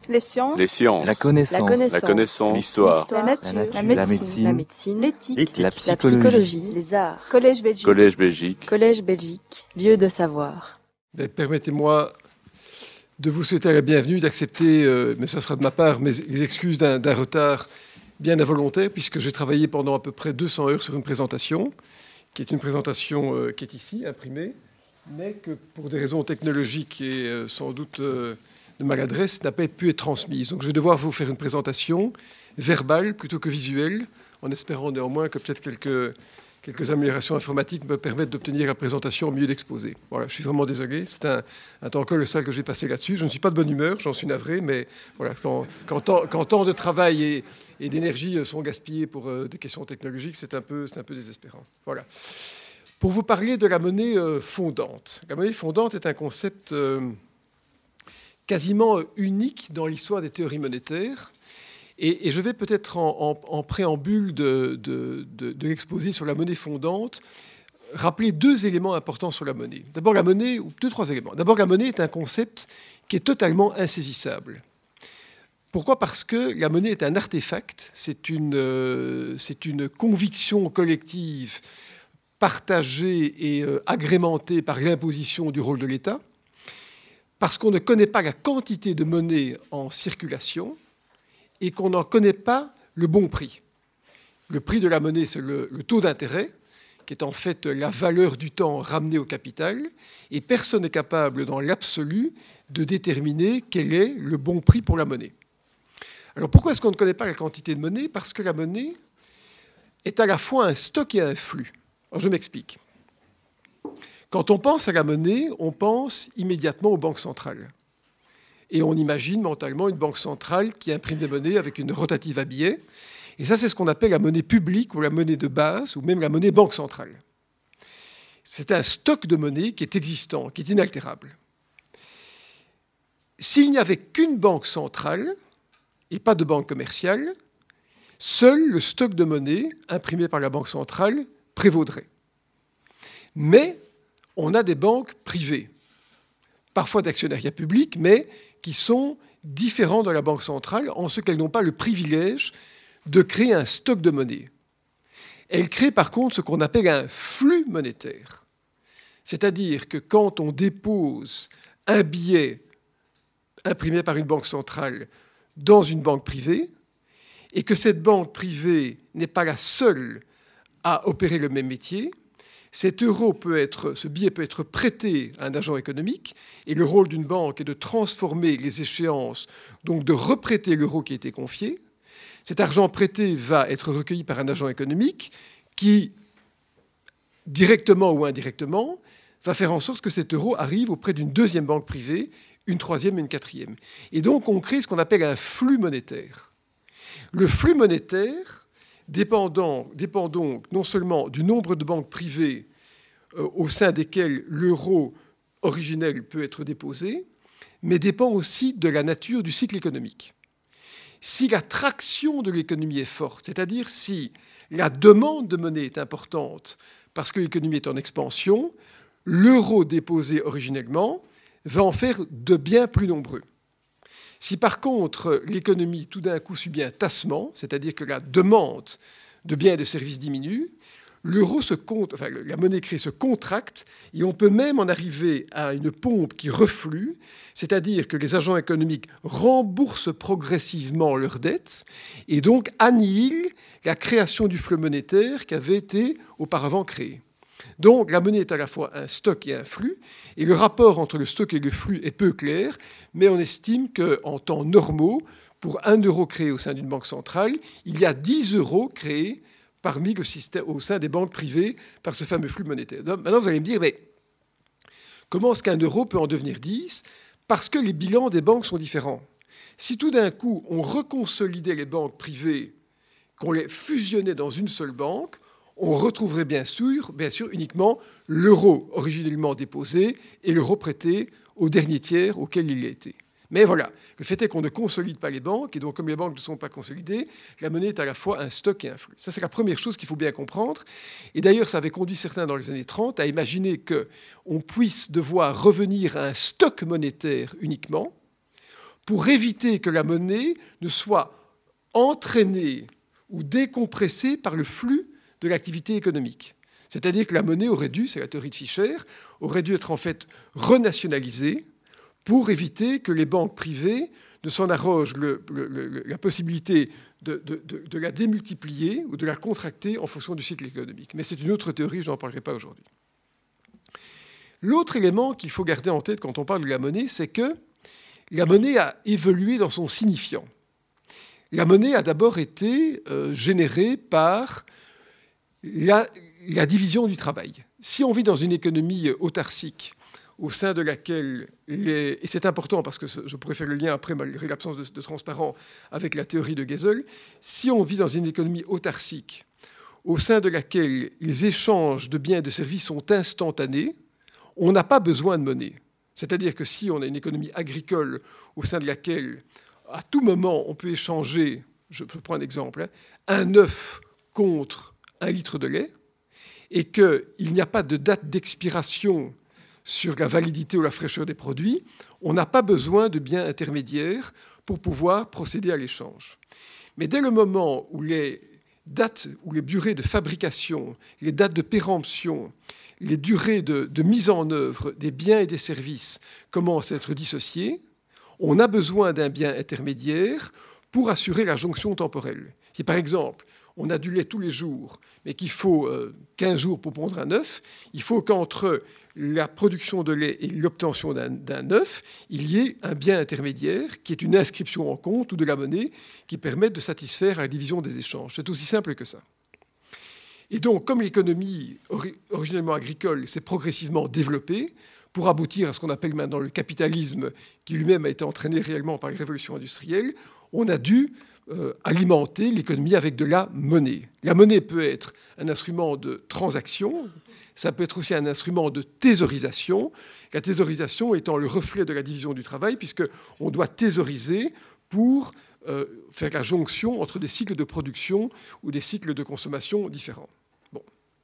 Les sciences. Les sciences. La connaissance. La connaissance. L'histoire. La nature. La médecine. L'éthique. La La psychologie. psychologie. Les arts. Collège Belgique. Collège Belgique. Collège Belgique. Lieu de savoir. Permettez-moi de vous souhaiter la bienvenue, d'accepter, mais ça sera de ma part, les excuses d'un retard bien involontaire, puisque j'ai travaillé pendant à peu près 200 heures sur une présentation, qui est une présentation qui est ici, imprimée, mais que pour des raisons technologiques et sans doute de maladresse, n'a pas pu être transmise. Donc je vais devoir vous faire une présentation verbale plutôt que visuelle, en espérant néanmoins que peut-être quelques améliorations informatiques me permettent d'obtenir la présentation au milieu d'exposé. Voilà, je suis vraiment désolé, c'est un temps colossal que j'ai passé là-dessus. Je ne suis pas de bonne humeur, j'en suis navré, mais voilà, quand tant de travail et d'énergie sont gaspillés pour des questions technologiques, c'est un peu désespérant. Voilà. Pour vous parler de la monnaie fondante. La monnaie fondante est un concept quasiment unique dans l'histoire des théories monétaires. Et je vais peut-être en préambule de l'exposé sur la monnaie fondante rappeler deux éléments importants sur la monnaie. D'abord la monnaie, ou trois éléments. D'abord la monnaie est un concept qui est totalement insaisissable. Pourquoi ? Parce que la monnaie est un artefact, c'est une conviction collective partagée et agrémentée par l'imposition du rôle de l'État, parce qu'on ne connaît pas la quantité de monnaie en circulation, et qu'on n'en connaît pas le bon prix. Le prix de la monnaie, c'est le taux d'intérêt, qui est en fait la valeur du temps ramenée au capital, et personne n'est capable, dans l'absolu, de déterminer quel est le bon prix pour la monnaie. Alors pourquoi est-ce qu'on ne connaît pas la quantité de monnaie ? Parce que la monnaie est à la fois un stock et un flux. Alors je m'explique. Quand on pense à la monnaie, on pense immédiatement aux banques centrales. Et on imagine mentalement une banque centrale qui imprime des monnaies avec une rotative à billets. Et ça, c'est ce qu'on appelle la monnaie publique ou la monnaie de base ou même la monnaie banque centrale. C'est un stock de monnaie qui est existant, qui est inaltérable. S'il n'y avait qu'une banque centrale et pas de banque commerciale, seul le stock de monnaie imprimé par la banque centrale prévaudrait. Mais on a des banques privées, parfois d'actionnariat public, mais qui sont différents de la Banque centrale en ce qu'elles n'ont pas le privilège de créer un stock de monnaie. Elles créent par contre ce qu'on appelle un flux monétaire. C'est-à-dire que quand on dépose un billet imprimé par une banque centrale dans une banque privée, et que cette banque privée n'est pas la seule à opérer le même métier, ce billet peut être prêté à un agent économique, et le rôle d'une banque est de transformer les échéances, donc de reprêter l'euro qui a été confié. Cet argent prêté va être recueilli par un agent économique qui, directement ou indirectement, va faire en sorte que cet euro arrive auprès d'une deuxième banque privée, une troisième et une quatrième. Et donc on crée ce qu'on appelle un flux monétaire. Le flux monétaire dépend donc non seulement du nombre de banques privées au sein desquelles l'euro originel peut être déposé, mais dépend aussi de la nature du cycle économique. Si la traction de l'économie est forte, c'est-à-dire si la demande de monnaie est importante parce que l'économie est en expansion, l'euro déposé originellement va en faire de bien plus nombreux. Si par contre l'économie tout d'un coup subit un tassement, c'est-à-dire que la demande de biens et de services diminue, la monnaie créée se contracte et on peut même en arriver à une pompe qui reflue, c'est-à-dire que les agents économiques remboursent progressivement leurs dettes et donc annihilent la création du flux monétaire qui avait été auparavant créé. Donc la monnaie est à la fois un stock et un flux, et le rapport entre le stock et le flux est peu clair, mais on estime qu'en temps normaux, pour 1 euro créé au sein d'une banque centrale, il y a 10 euros créés parmi le système, au sein des banques privées par ce fameux flux monétaire. Donc, maintenant, vous allez me dire, mais comment est-ce qu'un euro peut en devenir 10 ? Parce que les bilans des banques sont différents. Si tout d'un coup, on reconsolidait les banques privées, qu'on les fusionnait dans une seule banque, on retrouverait bien sûr uniquement l'euro originellement déposé et l'euro prêté au dernier tiers auquel il a été. Mais voilà, le fait est qu'on ne consolide pas les banques, et donc comme les banques ne sont pas consolidées, la monnaie est à la fois un stock et un flux. Ça, c'est la première chose qu'il faut bien comprendre. Et d'ailleurs, ça avait conduit certains dans les années 30 à imaginer qu'on puisse devoir revenir à un stock monétaire uniquement pour éviter que la monnaie ne soit entraînée ou décompressée par le flux de l'activité économique. C'est-à-dire que la monnaie aurait dû, c'est la théorie de Fischer, aurait dû être en fait renationalisée pour éviter que les banques privées ne s'en arrogent la possibilité de la démultiplier ou de la contracter en fonction du cycle économique. Mais c'est une autre théorie, je n'en parlerai pas aujourd'hui. L'autre élément qu'il faut garder en tête quand on parle de la monnaie, c'est que la monnaie a évolué dans son signifiant. La monnaie a d'abord été générée par la division du travail. Si on vit dans une économie autarcique, au sein de laquelle, et c'est important parce que je pourrais faire le lien après, malgré l'absence de transparent, avec la théorie de Gesell, si on vit dans une économie autarcique, au sein de laquelle les échanges de biens et de services sont instantanés, on n'a pas besoin de monnaie. C'est-à-dire que si on a une économie agricole au sein de laquelle, à tout moment, on peut échanger, je prends un exemple, un œuf contre un litre de lait, et qu'il n'y a pas de date d'expiration sur la validité ou la fraîcheur des produits, on n'a pas besoin de biens intermédiaires pour pouvoir procéder à l'échange. Mais dès le moment où les dates ou les durées de fabrication, les dates de péremption, les durées de mise en œuvre des biens et des services commencent à être dissociées, on a besoin d'un bien intermédiaire pour assurer la jonction temporelle. Si par exemple, on a du lait tous les jours, mais qu'il faut 15 jours pour pondre un œuf, il faut qu'entre la production de lait et l'obtention d'un œuf, il y ait un bien intermédiaire qui est une inscription en compte ou de la monnaie qui permette de satisfaire la division des échanges. C'est aussi simple que ça. Et donc, comme l'économie originellement agricole s'est progressivement développée, pour aboutir à ce qu'on appelle maintenant le capitalisme, qui lui-même a été entraîné réellement par les révolutions industrielles, on a dû alimenter l'économie avec de la monnaie. La monnaie peut être un instrument de transaction, ça peut être aussi un instrument de thésaurisation, la thésaurisation étant le reflet de la division du travail, puisqu'on doit thésauriser pour faire la jonction entre des cycles de production ou des cycles de consommation différents. Bon.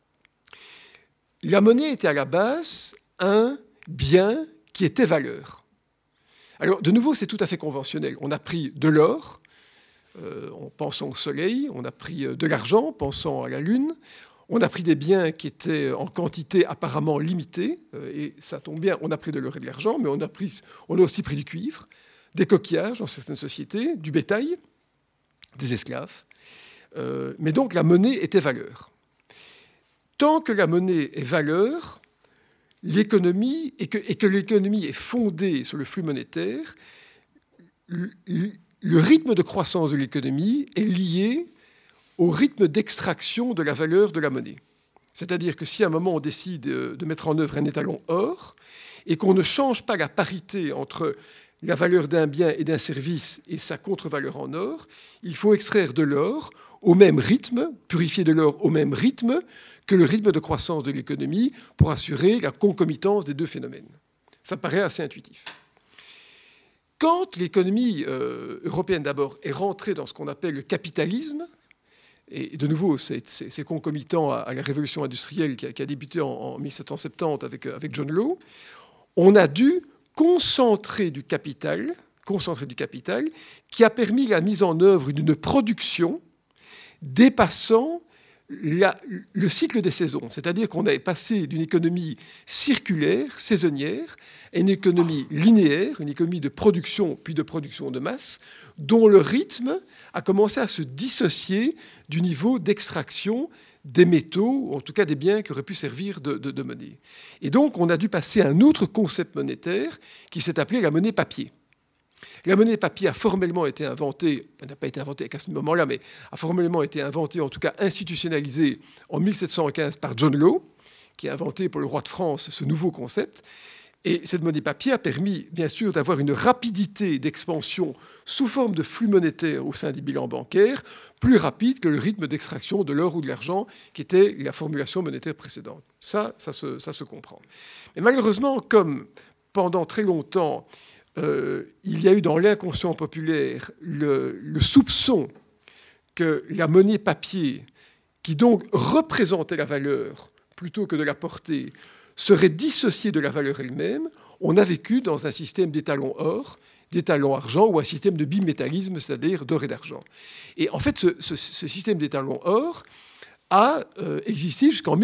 La monnaie était à la base un bien qui était valeur. Alors, de nouveau, c'est tout à fait conventionnel. On a pris de l'or, en pensant au soleil, on a pris de l'argent, pensant à la lune, on a pris des biens qui étaient en quantité apparemment limitée, et ça tombe bien, on a pris de l'or et de l'argent, mais on a aussi pris du cuivre, des coquillages dans certaines sociétés, du bétail, des esclaves. Mais donc la monnaie était valeur. Tant que la monnaie est valeur, l'économie, et que l'économie est fondée sur le flux monétaire, le rythme de croissance de l'économie est lié au rythme d'extraction de la valeur de la monnaie. C'est-à-dire que si à un moment on décide de mettre en œuvre un étalon or et qu'on ne change pas la parité entre la valeur d'un bien et d'un service et sa contre-valeur en or, il faut extraire de l'or au même rythme, purifier de l'or au même rythme que le rythme de croissance de l'économie pour assurer la concomitance des deux phénomènes. Ça paraît assez intuitif. Quand l'économie européenne d'abord est rentrée dans ce qu'on appelle le capitalisme, et de nouveau c'est concomitant à la révolution industrielle qui a débuté en 1770 avec John Law, on a dû concentrer du capital qui a permis la mise en œuvre d'une production dépassant le cycle des saisons. C'est-à-dire qu'on est passé d'une économie circulaire, saisonnière, à une économie linéaire, une économie de production puis de production de masse, dont le rythme a commencé à se dissocier du niveau d'extraction des métaux, ou en tout cas des biens qui auraient pu servir de monnaie. Et donc, on a dû passer à un autre concept monétaire qui s'est appelé la monnaie papier. La monnaie papier a formellement été inventée, elle n'a pas été inventée à ce moment-là, mais a formellement été inventée, en tout cas institutionnalisée en 1715 par John Law, qui a inventé pour le roi de France ce nouveau concept. Et cette monnaie papier a permis, bien sûr, d'avoir une rapidité d'expansion sous forme de flux monétaire au sein des bilans bancaires, plus rapide que le rythme d'extraction de l'or ou de l'argent qui était la formulation monétaire précédente. Ça se comprend. Mais malheureusement, comme pendant très longtemps, il y a eu dans l'inconscient populaire le soupçon que la monnaie papier, qui donc représentait la valeur plutôt que de la porter, serait dissociée de la valeur elle-même, on a vécu dans un système d'étalons or d'étalons argent ou un système de bimétallisme, c'est-à-dire d'or et d'argent. Et en fait, ce système d'étalons or a existé jusqu'en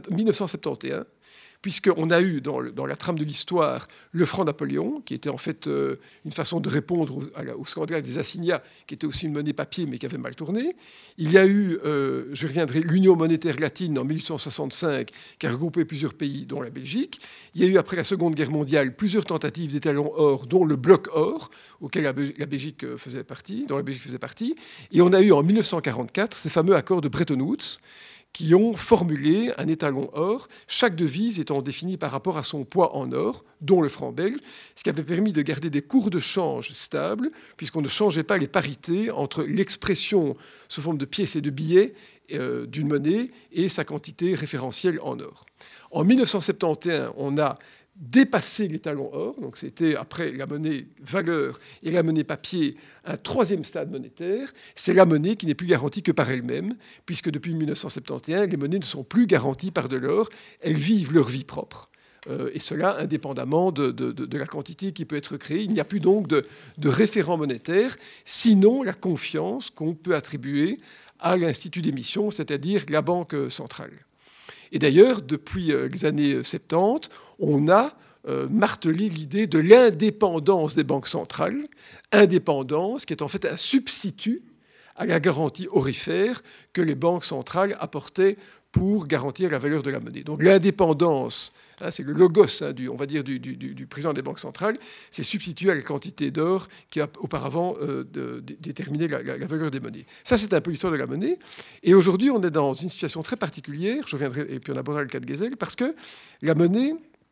1971, puisqu'on a eu dans la trame de l'histoire le franc Napoléon, qui était en fait une façon de répondre au scandale des assignats, qui était aussi une monnaie papier, mais qui avait mal tourné. Il y a eu, je reviendrai, l'Union monétaire latine en 1865, qui a regroupé plusieurs pays, dont la Belgique. Il y a eu, après la Seconde Guerre mondiale, plusieurs tentatives d'étalons or, dont le bloc or, auquel la Belgique faisait partie, dont la Belgique faisait partie. Et on a eu en 1944 ces fameux accords de Bretton Woods, qui ont formulé un étalon or, chaque devise étant définie par rapport à son poids en or, dont le franc belge, ce qui avait permis de garder des cours de change stables, puisqu'on ne changeait pas les parités entre l'expression sous forme de pièces et de billets d'une monnaie et sa quantité référentielle en or. En 1971, on a dépassé l'étalon or, donc c'était après la monnaie valeur et la monnaie papier un troisième stade monétaire, c'est la monnaie qui n'est plus garantie que par elle-même, puisque depuis 1971, les monnaies ne sont plus garanties par de l'or, elles vivent leur vie propre. Et cela indépendamment de la quantité qui peut être créée. Il n'y a plus donc de référent monétaire, sinon la confiance qu'on peut attribuer à l'institut d'émission, c'est-à-dire la Banque centrale. Et d'ailleurs, depuis les années 70, on a martelé l'idée de l'indépendance des banques centrales, indépendance qui est en fait un substitut à la garantie aurifère que les banques centrales apportaient pour garantir la valeur de la monnaie. Donc l'indépendance, c'est le logos on va dire, du président des banques centrales, c'est substitué à la quantité d'or qui a auparavant déterminé la valeur des monnaies. Ça, c'est un peu l'histoire de la monnaie. Et aujourd'hui, on est dans une situation très particulière, je reviendrai, et puis on abordera le cas de Gesell, parce que la monnaie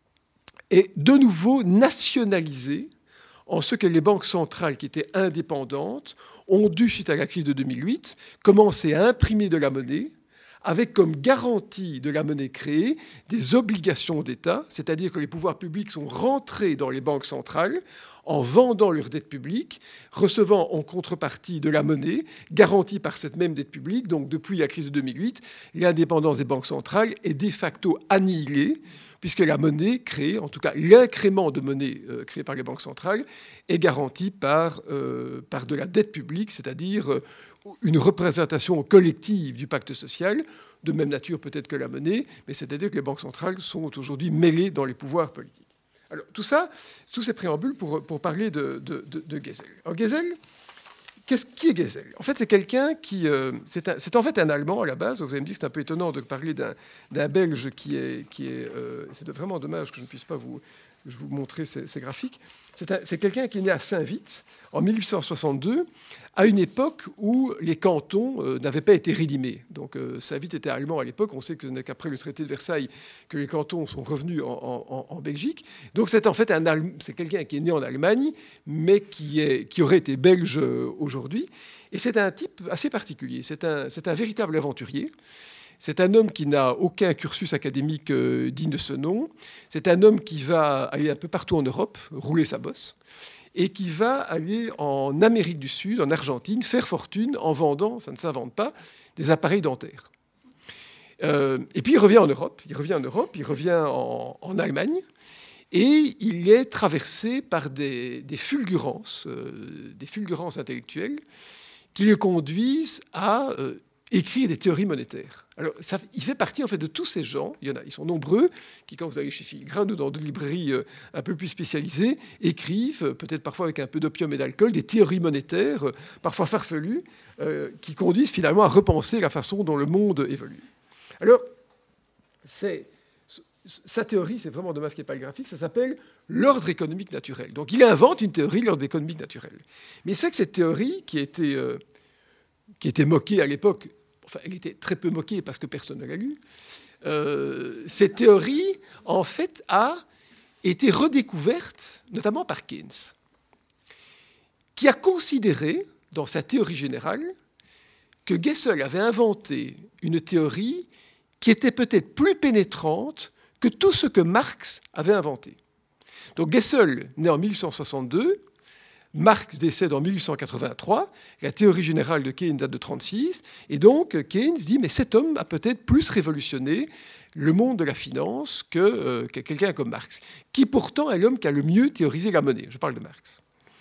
est de nouveau nationalisée en ce que les banques centrales qui étaient indépendantes ont dû, suite à la crise de 2008, commencer à imprimer de la monnaie avec comme garantie de la monnaie créée des obligations d'État, c'est-à-dire que les pouvoirs publics sont rentrés dans les banques centrales en vendant leurs dettes publiques, recevant en contrepartie de la monnaie garantie par cette même dette publique. Donc depuis la crise de 2008, l'indépendance des banques centrales est de facto annihilée, puisque la monnaie créée, en tout cas l'incrément de monnaie créé par les banques centrales, est garanti par de la dette publique, c'est-à-dire une représentation collective du pacte social, de même nature peut-être que la monnaie, mais c'est-à-dire que les banques centrales sont aujourd'hui mêlées dans les pouvoirs politiques. Alors tout ça, tous ces préambules pour parler de Gesell. Alors Gesell, qui est Gesell ? En fait, c'est quelqu'un qui... c'est en fait un Allemand à la base. Vous allez me dire que c'est un peu étonnant de parler d'un Belge qui est c'est vraiment dommage que je ne puisse pas vous montrer ces graphiques. C'est quelqu'un qui est né à Saint-Vith en 1862, à une époque où les cantons n'avaient pas été rédimés. Donc Saint-Vith était allemand à l'époque. On sait que ce n'est qu'après le traité de Versailles que les cantons sont revenus en Belgique. Donc c'est en fait c'est quelqu'un qui est né en Allemagne, mais qui aurait été belge aujourd'hui. Et c'est un type assez particulier. C'est un véritable aventurier. C'est un homme qui n'a aucun cursus académique digne de ce nom. C'est un homme qui va aller un peu partout en Europe, rouler sa bosse, et qui va aller en Amérique du Sud, en Argentine, faire fortune en vendant, ça ne s'invente pas, des appareils dentaires. Et puis il revient en Europe, il revient en Allemagne, et il est traversé par des fulgurances intellectuelles qui le conduisent à écrire des théories monétaires. Alors, il fait partie en fait de tous ces gens, ils sont nombreux, qui, quand vous allez chez Filigrane ou dans des librairies un peu plus spécialisées, écrivent, peut-être parfois avec un peu d'opium et d'alcool, des théories monétaires, parfois farfelues, qui conduisent finalement à repenser la façon dont le monde évolue. Alors, sa théorie, c'est vraiment dommage qu'il n'y ait pas le graphique, ça s'appelle l'ordre économique naturel. Donc, il invente une théorie de l'ordre économique naturel. Mais c'est que cette théorie, qui était moquée à l'époque, enfin, elle était très peu moquée parce que personne ne l'a lue, cette théorie, en fait, a été redécouverte, notamment par Keynes, qui a considéré, dans sa théorie générale, que Gesell avait inventé une théorie qui était peut-être plus pénétrante que tout ce que Marx avait inventé. Donc Gesell, né en 1862, Marx décède en 1883, la théorie générale de Keynes date de 1936, et donc Keynes dit « mais cet homme a peut-être plus révolutionné le monde de la finance que quelqu'un comme Marx, qui pourtant est l'homme qui a le mieux théorisé la monnaie ». Je parle de Marx.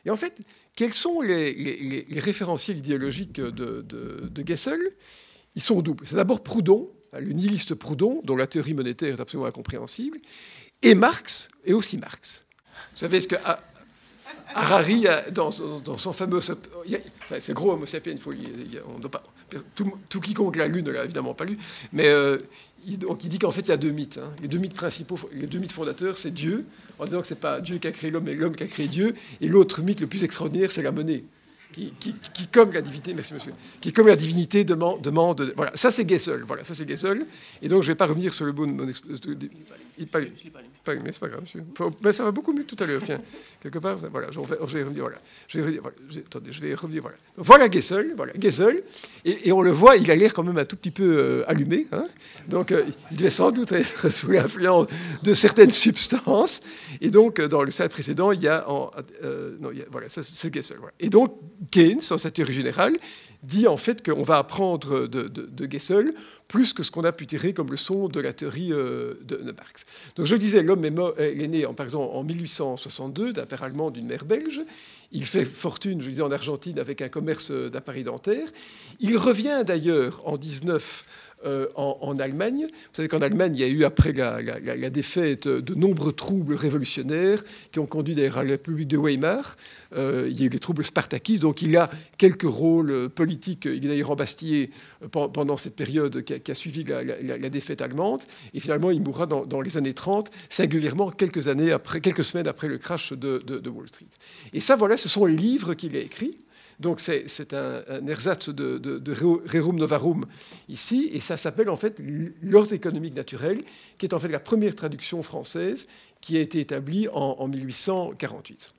Et en fait, quels sont les référentiels idéologiques de Gessel? Ils sont doubles. C'est d'abord Proudhon, le nihiliste Proudhon, dont la théorie monétaire est absolument incompréhensible, et Marx, et aussi Marx. Vous savez ce que Harari, dans son fameux... c'est gros Homo sapiens, on doit pas, tout quiconque l'a lu ne l'a évidemment pas lu, mais il dit qu'en fait il y a deux mythes. Les deux mythes principaux, les deux mythes fondateurs, c'est Dieu, en disant que c'est pas Dieu qui a créé l'homme, mais l'homme qui a créé Dieu, et l'autre mythe le plus extraordinaire, c'est la monnaie. Qui, comme la divinité, merci monsieur, qui comme la divinité demande, voilà, ça c'est Gessel, et donc je ne vais pas revenir sur le mot de mon exposition. Mais c'est pas grave, monsieur. Mais ça va beaucoup mieux tout à l'heure, tiens, quelque part, voilà, je vais revenir, voilà, je vais revenir, voilà. Voilà Gessel, et on le voit, il a l'air quand même un tout petit peu allumé, donc il devait sans doute être sous l'influence de certaines substances, et donc dans le slide précédent, il y a, voilà, ça c'est Gessel, voilà. Et donc Keynes, dans sa théorie générale, dit en fait qu'on va apprendre de Gessel plus que ce qu'on a pu tirer comme leçon de la théorie de Marx. Donc je le disais, l'homme est né par exemple en 1862 d'un père allemand, d'une mère belge. Il fait fortune, je le disais, en Argentine avec un commerce d'appareils dentaires. Il revient d'ailleurs en 19 en Allemagne. Vous savez qu'en Allemagne, il y a eu, après la défaite, de nombreux troubles révolutionnaires qui ont conduit d'ailleurs à la République de Weimar. Il y a eu les troubles spartakistes, donc il a quelques rôles politiques. Il est d'ailleurs embastillé pendant cette période qui a suivi la défaite allemande. Et finalement, il mourra dans les années 30, singulièrement quelques semaines après le crash de Wall Street. Et ça, voilà, ce sont les livres qu'il a écrits. Donc c'est un ersatz de Rerum Novarum ici, et ça s'appelle en fait l'ordre économique naturel, qui est en fait la première traduction française qui a été établie en 1848.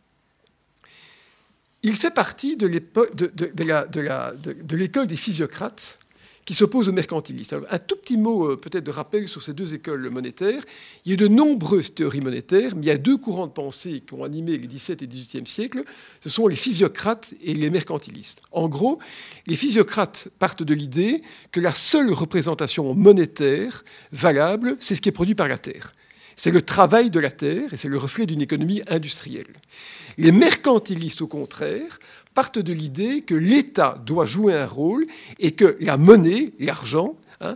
Il fait partie de l'école des physiocrates qui s'oppose aux mercantilistes. Alors, un tout petit mot peut-être de rappel sur ces deux écoles monétaires. Il y a de nombreuses théories monétaires, mais il y a deux courants de pensée qui ont animé les XVIIe et XVIIIe siècles. Ce sont les physiocrates et les mercantilistes. En gros, les physiocrates partent de l'idée que la seule représentation monétaire valable, c'est ce qui est produit par la terre. C'est le travail de la terre et c'est le reflet d'une économie industrielle. Les mercantilistes, au contraire, partent de l'idée que l'État doit jouer un rôle et que la monnaie, l'argent,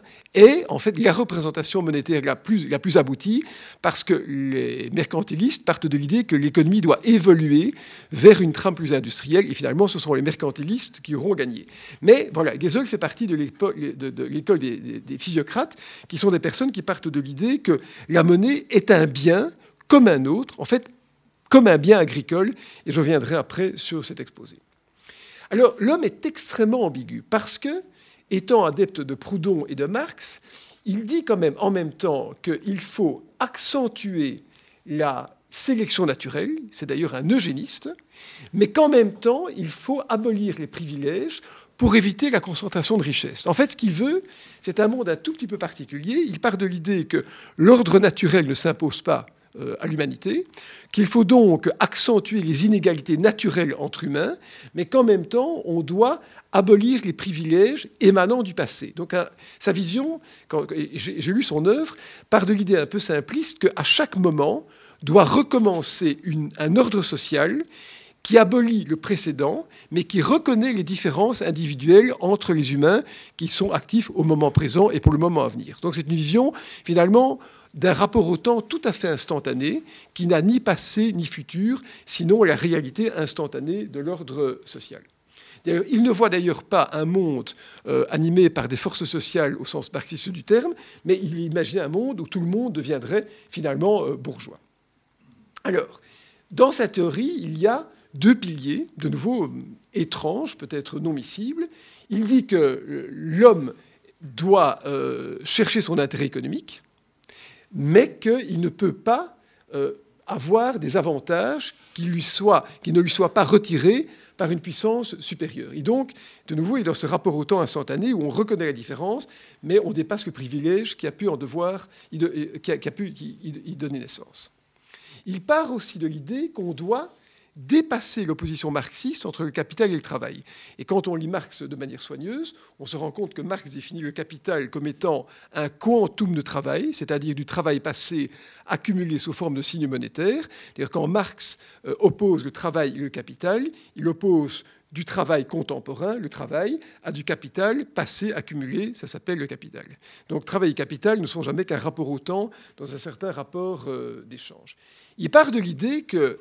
est en fait la représentation monétaire la plus aboutie, parce que les mercantilistes partent de l'idée que l'économie doit évoluer vers une trame plus industrielle, et finalement ce sont les mercantilistes qui auront gagné. Mais voilà, Gessel fait partie de l'école des physiocrates, qui sont des personnes qui partent de l'idée que la monnaie est un bien comme un autre, en fait comme un bien agricole, et je reviendrai après sur cet exposé. Alors l'homme est extrêmement ambigu, parce que étant adepte de Proudhon et de Marx, il dit quand même en même temps qu'il faut accentuer la sélection naturelle, c'est d'ailleurs un eugéniste, mais qu'en même temps, il faut abolir les privilèges pour éviter la concentration de richesses. En fait, ce qu'il veut, c'est un monde un tout petit peu particulier. Il part de l'idée que l'ordre naturel ne s'impose pas à l'humanité, qu'il faut donc accentuer les inégalités naturelles entre humains, mais qu'en même temps, on doit abolir les privilèges émanant du passé. Donc sa vision, j'ai lu son œuvre, part de l'idée un peu simpliste qu'à chaque moment doit recommencer un ordre social qui abolit le précédent, mais qui reconnaît les différences individuelles entre les humains qui sont actifs au moment présent et pour le moment à venir. Donc c'est une vision, finalement, d'un rapport au temps tout à fait instantané, qui n'a ni passé ni futur, sinon la réalité instantanée de l'ordre social. Il ne voit d'ailleurs pas un monde animé par des forces sociales au sens marxiste du terme, mais il imagine un monde où tout le monde deviendrait finalement bourgeois. Alors, dans sa théorie, il y a deux piliers, de nouveau étranges, peut-être non miscibles. Il dit que l'homme doit chercher son intérêt économique, mais qu'il ne peut pas avoir des avantages qui ne lui soient pas retirés par une puissance supérieure. Et donc, de nouveau, il est dans ce rapport au temps instantané où on reconnaît la différence, mais on dépasse le privilège qui a pu y donner naissance. Il part aussi de l'idée qu'on doit dépasser l'opposition marxiste entre le capital et le travail. Et quand on lit Marx de manière soigneuse, on se rend compte que Marx définit le capital comme étant un quantum de travail, c'est-à-dire du travail passé accumulé sous forme de signes monétaires. C'est-à-dire quand Marx oppose le travail et le capital, il oppose du travail contemporain, le travail, à du capital passé, accumulé, ça s'appelle le capital. Donc travail et capital ne sont jamais qu'un rapport au temps dans un certain rapport d'échange. Il part de l'idée que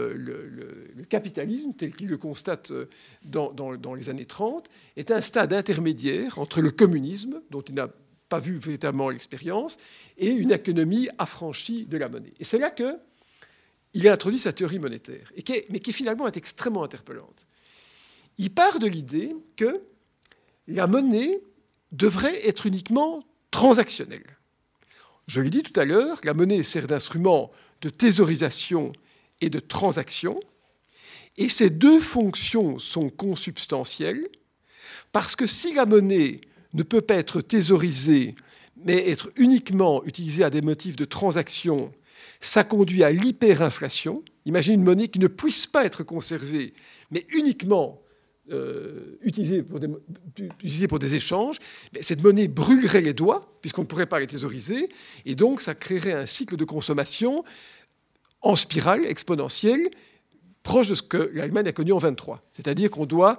le capitalisme, tel qu'il le constate dans les années 30, est un stade intermédiaire entre le communisme, dont il n'a pas vu véritablement l'expérience, et une économie affranchie de la monnaie. Et c'est là qu'il a introduit sa théorie monétaire, mais qui finalement est extrêmement interpellante. Il part de l'idée que la monnaie devrait être uniquement transactionnelle. Je l'ai dit tout à l'heure, la monnaie sert d'instrument de thésaurisation et de transaction, et ces deux fonctions sont consubstantielles, parce que si la monnaie ne peut pas être thésaurisée, mais être uniquement utilisée à des motifs de transaction, ça conduit à l'hyperinflation. Imaginez une monnaie qui ne puisse pas être conservée, mais uniquement utilisée pour des échanges. Mais cette monnaie brûlerait les doigts, puisqu'on ne pourrait pas les thésauriser, et donc ça créerait un cycle de consommation en spirale exponentielle, proche de ce que l'Allemagne a connu en 1923. C'est-à-dire qu'on doit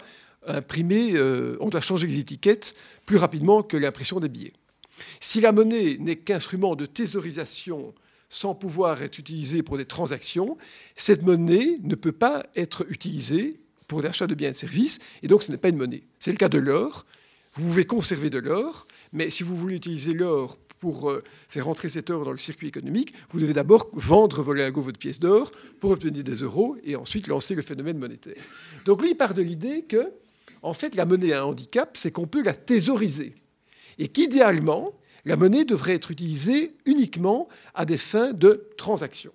on doit changer les étiquettes plus rapidement que l'impression des billets. Si la monnaie n'est qu'instrument de thésaurisation sans pouvoir être utilisée pour des transactions, cette monnaie ne peut pas être utilisée pour l'achat de biens et de services, et donc ce n'est pas une monnaie. C'est le cas de l'or. Vous pouvez conserver de l'or, mais si vous voulez utiliser l'or pour faire entrer cet or dans le circuit économique, vous devez d'abord vendre vos lingots, votre pièce d'or, pour obtenir des euros, et ensuite lancer le phénomène monétaire. Donc lui, il part de l'idée que, en fait, la monnaie a un handicap, c'est qu'on peut la thésauriser. Et qu'idéalement, la monnaie devrait être utilisée uniquement à des fins de transaction.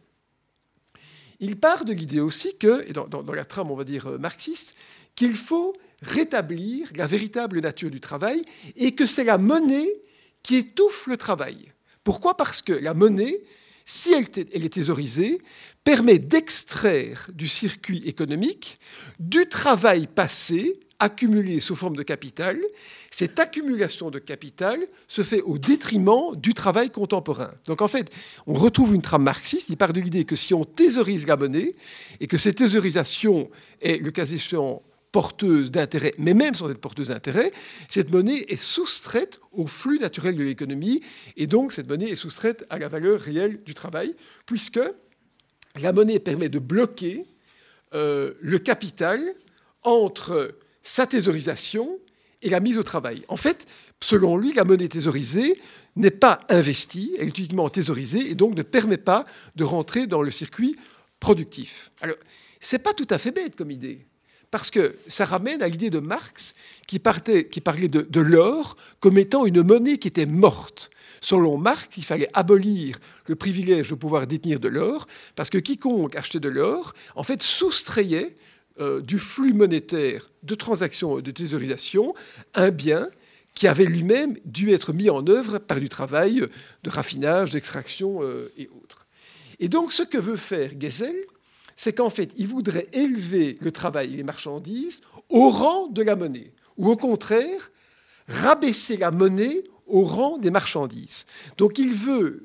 Il part de l'idée aussi que, et dans la trame, on va dire, marxiste, qu'il faut rétablir la véritable nature du travail et que c'est la monnaie qui étouffe le travail. Pourquoi ? Parce que la monnaie, si elle est thésaurisée, permet d'extraire du circuit économique du travail passé accumulé sous forme de capital. Cette accumulation de capital se fait au détriment du travail contemporain. Donc en fait, on retrouve une trame marxiste. Il part de l'idée que si on thésaurise la monnaie et que cette thésaurisation est, le cas échéant, porteuse d'intérêt, mais même sans être porteuse d'intérêt, cette monnaie est soustraite au flux naturel de l'économie, et donc cette monnaie est soustraite à la valeur réelle du travail, puisque la monnaie permet de bloquer le capital entre sa thésaurisation et la mise au travail. En fait, selon lui, la monnaie thésaurisée n'est pas investie, elle est uniquement thésaurisée, et donc ne permet pas de rentrer dans le circuit productif. Alors, ce n'est pas tout à fait bête comme idée, parce que ça ramène à l'idée de Marx qui parlait de l'or comme étant une monnaie qui était morte. Selon Marx, il fallait abolir le privilège de pouvoir détenir de l'or, parce que quiconque achetait de l'or, en fait, soustrayait du flux monétaire de transactions et de thésaurisation un bien qui avait lui-même dû être mis en œuvre par du travail de raffinage, d'extraction et autres. Et donc, ce que veut faire Gesell, c'est qu'en fait, il voudrait élever le travail et les marchandises au rang de la monnaie, ou au contraire, rabaisser la monnaie au rang des marchandises. Donc il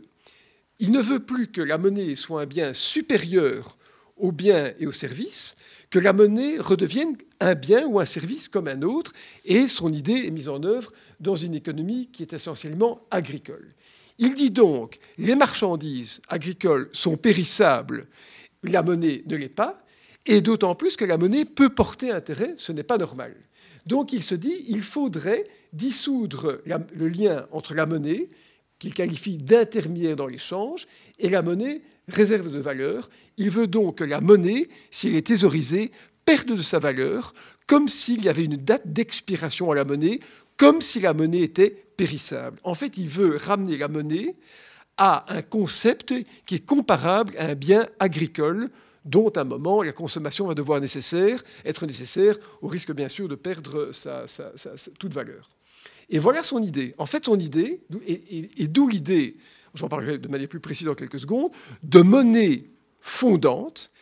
ne veut plus que la monnaie soit un bien supérieur aux biens et aux services, que la monnaie redevienne un bien ou un service comme un autre, et son idée est mise en œuvre dans une économie qui est essentiellement agricole. Il dit donc, les marchandises agricoles sont périssables, la monnaie ne l'est pas, et d'autant plus que la monnaie peut porter intérêt, ce n'est pas normal. Donc il se dit, il faudrait dissoudre le lien entre la monnaie, qu'il qualifie d'intermédiaire dans l'échange, et la monnaie réserve de valeur. Il veut donc que la monnaie, si elle est thésaurisée, perde de sa valeur, comme s'il y avait une date d'expiration à la monnaie, comme si la monnaie était périssable. En fait, il veut ramener la monnaie à un concept qui est comparable à un bien agricole, dont à un moment la consommation va devoir être nécessaire, au risque bien sûr de perdre toute valeur. Et voilà son idée. En fait, son idée, et d'où l'idée, j'en parlerai de manière plus précise dans quelques secondes, de monnaie fondante,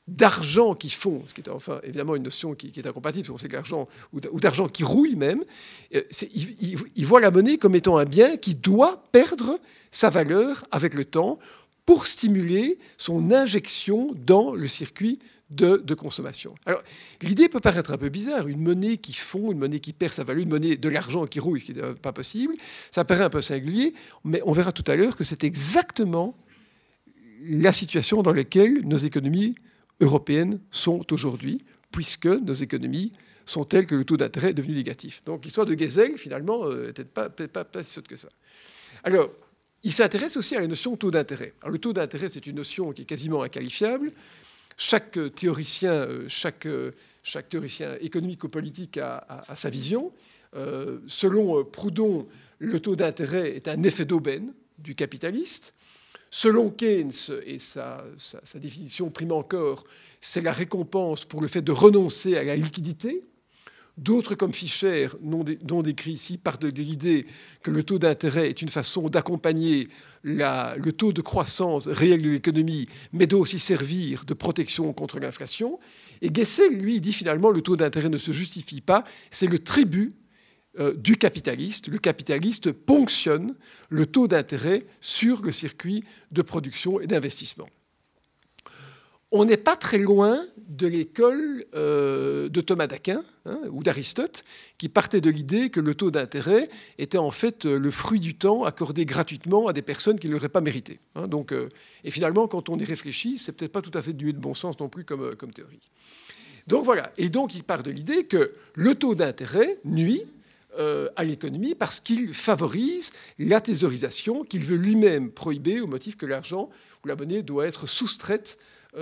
d'argent qui fond, ce qui est enfin évidemment une notion qui est incompatible, parce qu'on sait que l'argent, ou d'argent qui rouille même, il voit la monnaie comme étant un bien qui doit perdre sa valeur avec le temps pour stimuler son injection dans le circuit de consommation. Alors, l'idée peut paraître un peu bizarre, une monnaie qui fond, une monnaie qui perd sa valeur, une monnaie de l'argent qui rouille, ce qui n'est pas possible, ça paraît un peu singulier, mais on verra tout à l'heure que c'est exactement la situation dans laquelle nos économies européennes sont aujourd'hui, puisque nos économies sont telles que le taux d'intérêt est devenu négatif. Donc l'histoire de Gesell, finalement, n'était peut-être pas si sotte que ça. Alors, il s'intéresse aussi à la notion de taux d'intérêt. Alors, le taux d'intérêt, c'est une notion qui est quasiment inqualifiable. Chaque théoricien économico-politique a sa vision. Selon Proudhon, le taux d'intérêt est un effet d'aubaine du capitaliste. Selon Keynes, et sa définition prime encore, c'est la récompense pour le fait de renoncer à la liquidité. D'autres, comme Fischer, non décrit ici, partent de l'idée que le taux d'intérêt est une façon d'accompagner le taux de croissance réel de l'économie, mais doit aussi servir de protection contre l'inflation. Et Gesell, lui, dit finalement le taux d'intérêt ne se justifie pas, c'est le tribut du capitaliste. Le capitaliste ponctionne le taux d'intérêt sur le circuit de production et d'investissement. On n'est pas très loin de l'école de Thomas d'Aquin ou d'Aristote, qui partait de l'idée que le taux d'intérêt était en fait le fruit du temps accordé gratuitement à des personnes qui ne l'auraient pas mérité. Et finalement, quand on y réfléchit, c'est peut-être pas tout à fait dénué de bon sens non plus comme théorie. Donc voilà. Et donc il part de l'idée que le taux d'intérêt nuit à l'économie parce qu'il favorise la thésaurisation qu'il veut lui-même prohiber au motif que l'argent ou la monnaie doit être soustraite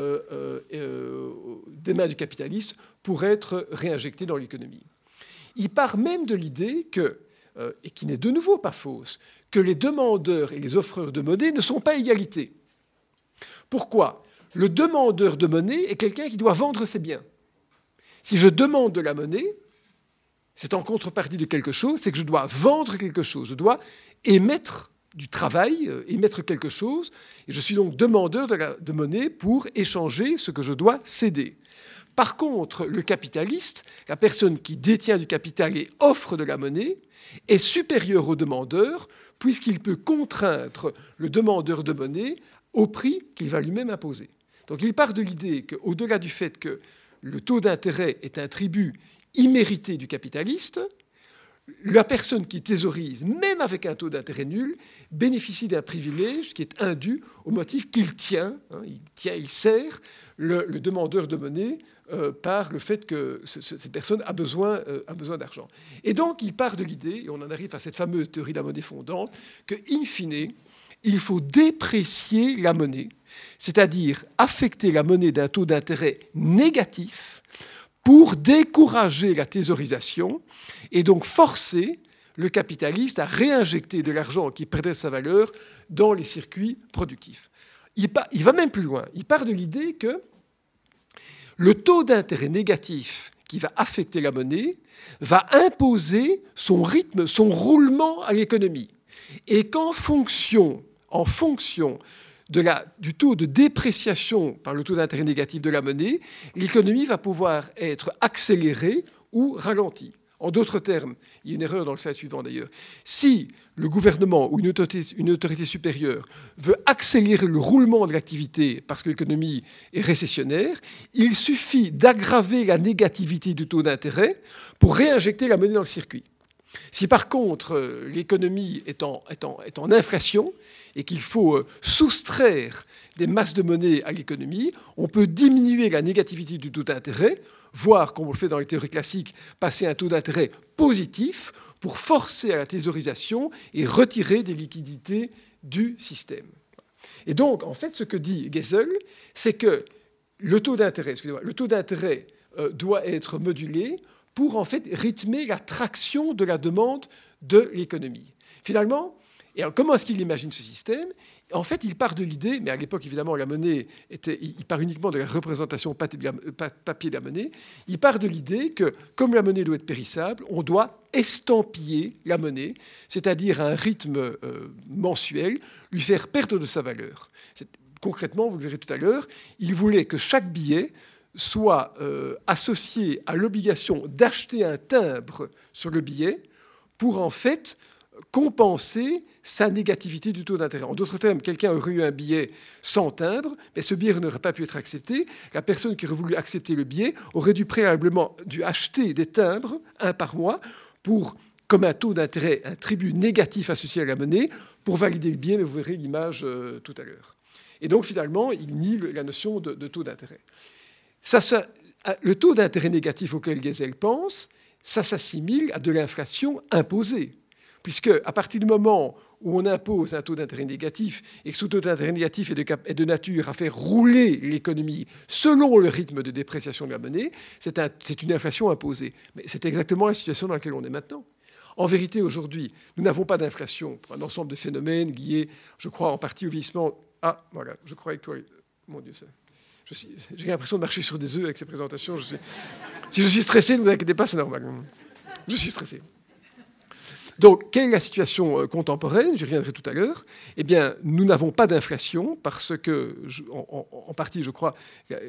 des mains du capitaliste pour être réinjecté dans l'économie. Il part même de l'idée que, et qui n'est de nouveau pas fausse, que les demandeurs et les offreurs de monnaie ne sont pas égalité. Pourquoi ? Le demandeur de monnaie est quelqu'un qui doit vendre ses biens. Si je demande de la monnaie, c'est en contrepartie de quelque chose, c'est que je dois vendre quelque chose, je dois émettre du travail, émettre quelque chose, et je suis donc demandeur de monnaie pour échanger ce que je dois céder. Par contre, le capitaliste, la personne qui détient du capital et offre de la monnaie, est supérieur au demandeur, puisqu'il peut contraindre le demandeur de monnaie au prix qu'il va lui-même imposer. Donc il part de l'idée qu'au-delà du fait que le taux d'intérêt est un tribut immérité du capitaliste, la personne qui thésaurise, même avec un taux d'intérêt nul, bénéficie d'un privilège qui est indu au motif qu'il tient, il sert le demandeur de monnaie par le fait que cette personne a besoin d'argent. Et donc, il part de l'idée, et on en arrive à cette fameuse théorie de la monnaie fondante, que, in fine, il faut déprécier la monnaie, c'est-à-dire affecter la monnaie d'un taux d'intérêt négatif pour décourager la thésaurisation et donc forcer le capitaliste à réinjecter de l'argent qui perdait sa valeur dans les circuits productifs. Il va même plus loin. Il part de l'idée que le taux d'intérêt négatif qui va affecter la monnaie va imposer son rythme, son roulement à l'économie. Et qu'en fonction du taux de dépréciation par le taux d'intérêt négatif de la monnaie, l'économie va pouvoir être accélérée ou ralentie. En d'autres termes, il y a une erreur dans le slide suivant d'ailleurs, si le gouvernement ou une autorité supérieure veut accélérer le roulement de l'activité parce que l'économie est récessionnaire, il suffit d'aggraver la négativité du taux d'intérêt pour réinjecter la monnaie dans le circuit. Si par contre l'économie est en inflation et qu'il faut soustraire des masses de monnaie à l'économie, on peut diminuer la négativité du taux d'intérêt, voire, comme on le fait dans les théories classiques, passer à un taux d'intérêt positif pour forcer à la thésaurisation et retirer des liquidités du système. Et donc, en fait, ce que dit Gesell, c'est que le taux d'intérêt doit être modulé pour en fait rythmer la traction de la demande de l'économie. Finalement, et alors, comment est-ce qu'il imagine ce système ? En fait, il part de l'idée, mais à l'époque, évidemment, la monnaie il part uniquement de la représentation papier de la monnaie, il part de l'idée que, comme la monnaie doit être périssable, on doit estampiller la monnaie, c'est-à-dire à un rythme mensuel, lui faire perdre de sa valeur. concrètement, vous le verrez tout à l'heure, il voulait que chaque billet soit associé à l'obligation d'acheter un timbre sur le billet pour en fait compenser sa négativité du taux d'intérêt. En d'autres termes, quelqu'un aurait eu un billet sans timbre, mais ce billet n'aurait pas pu être accepté. La personne qui aurait voulu accepter le billet aurait préalablement dû acheter des timbres, un par mois, pour, comme un taux d'intérêt, un tribut négatif associé à la monnaie, pour valider le billet, mais vous verrez l'image tout à l'heure. Et donc, finalement, il nie la notion de taux d'intérêt. Le taux d'intérêt négatif auquel Gesell pense, ça s'assimile à de l'inflation imposée. Puisque à partir du moment où on impose un taux d'intérêt négatif et que ce taux d'intérêt négatif est de nature à faire rouler l'économie selon le rythme de dépréciation de la monnaie, c'est une inflation imposée. Mais c'est exactement la situation dans laquelle on est maintenant. En vérité, aujourd'hui, nous n'avons pas d'inflation pour un ensemble de phénomènes liés, je crois, en partie au vieillissement. Ah, voilà, je crois que toi, mon Dieu, ça. J'ai l'impression de marcher sur des œufs avec ces présentations. Si je suis stressé, ne vous inquiétez pas, c'est normal. Je suis stressé. Donc, quelle est la situation contemporaine? J'y reviendrai tout à l'heure. Eh bien, nous n'avons pas d'inflation parce que, en partie, je crois,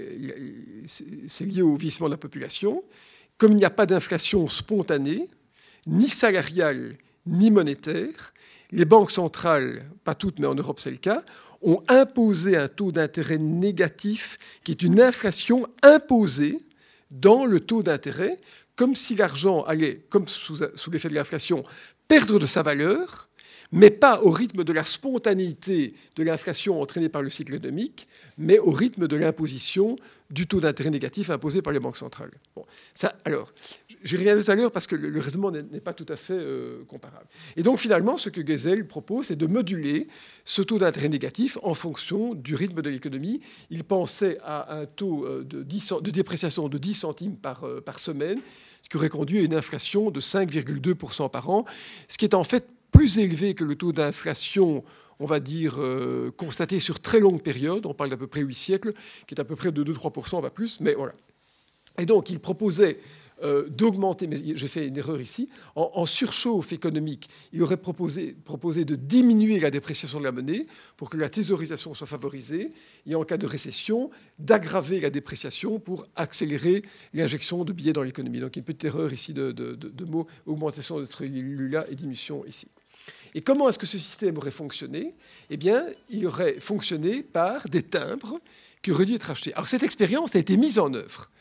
c'est lié au vieillissement de la population. Comme il n'y a pas d'inflation spontanée, ni salariale, ni monétaire, les banques centrales, pas toutes, mais en Europe c'est le cas, ont imposé un taux d'intérêt négatif qui est une inflation imposée dans le taux d'intérêt, comme si l'argent allait, comme sous l'effet de l'inflation, perdre de sa valeur, mais pas au rythme de la spontanéité de l'inflation entraînée par le cycle économique, mais au rythme de l'imposition du taux d'intérêt négatif imposé par les banques centrales. Bon, ça, alors, j'y reviendrai tout à l'heure parce que le raisonnement n'est pas tout à fait comparable. Et donc, finalement, ce que Gesell propose, c'est de moduler ce taux d'intérêt négatif en fonction du rythme de l'économie. Il pensait à un taux de dépréciation de 10 centimes par semaine, ce qui aurait conduit à une inflation de 5,2% par an, ce qui est en fait plus élevé que le taux d'inflation, on va dire, constaté sur très longue période. On parle d'à peu près 8 siècles, qui est à peu près de 2-3%, pas plus, mais voilà. Et donc, il proposait d'augmenter, mais j'ai fait une erreur ici, en surchauffe économique, il aurait proposé de diminuer la dépréciation de la monnaie pour que la thésaurisation soit favorisée, et en cas de récession, d'aggraver la dépréciation pour accélérer l'injection de billets dans l'économie. Donc, une petite erreur ici de mots, augmentation de là et diminution ici. Et comment est-ce que ce système aurait fonctionné? Eh bien, il aurait fonctionné par des timbres qui auraient dû être achetés. Alors, cette expérience a été mise en œuvre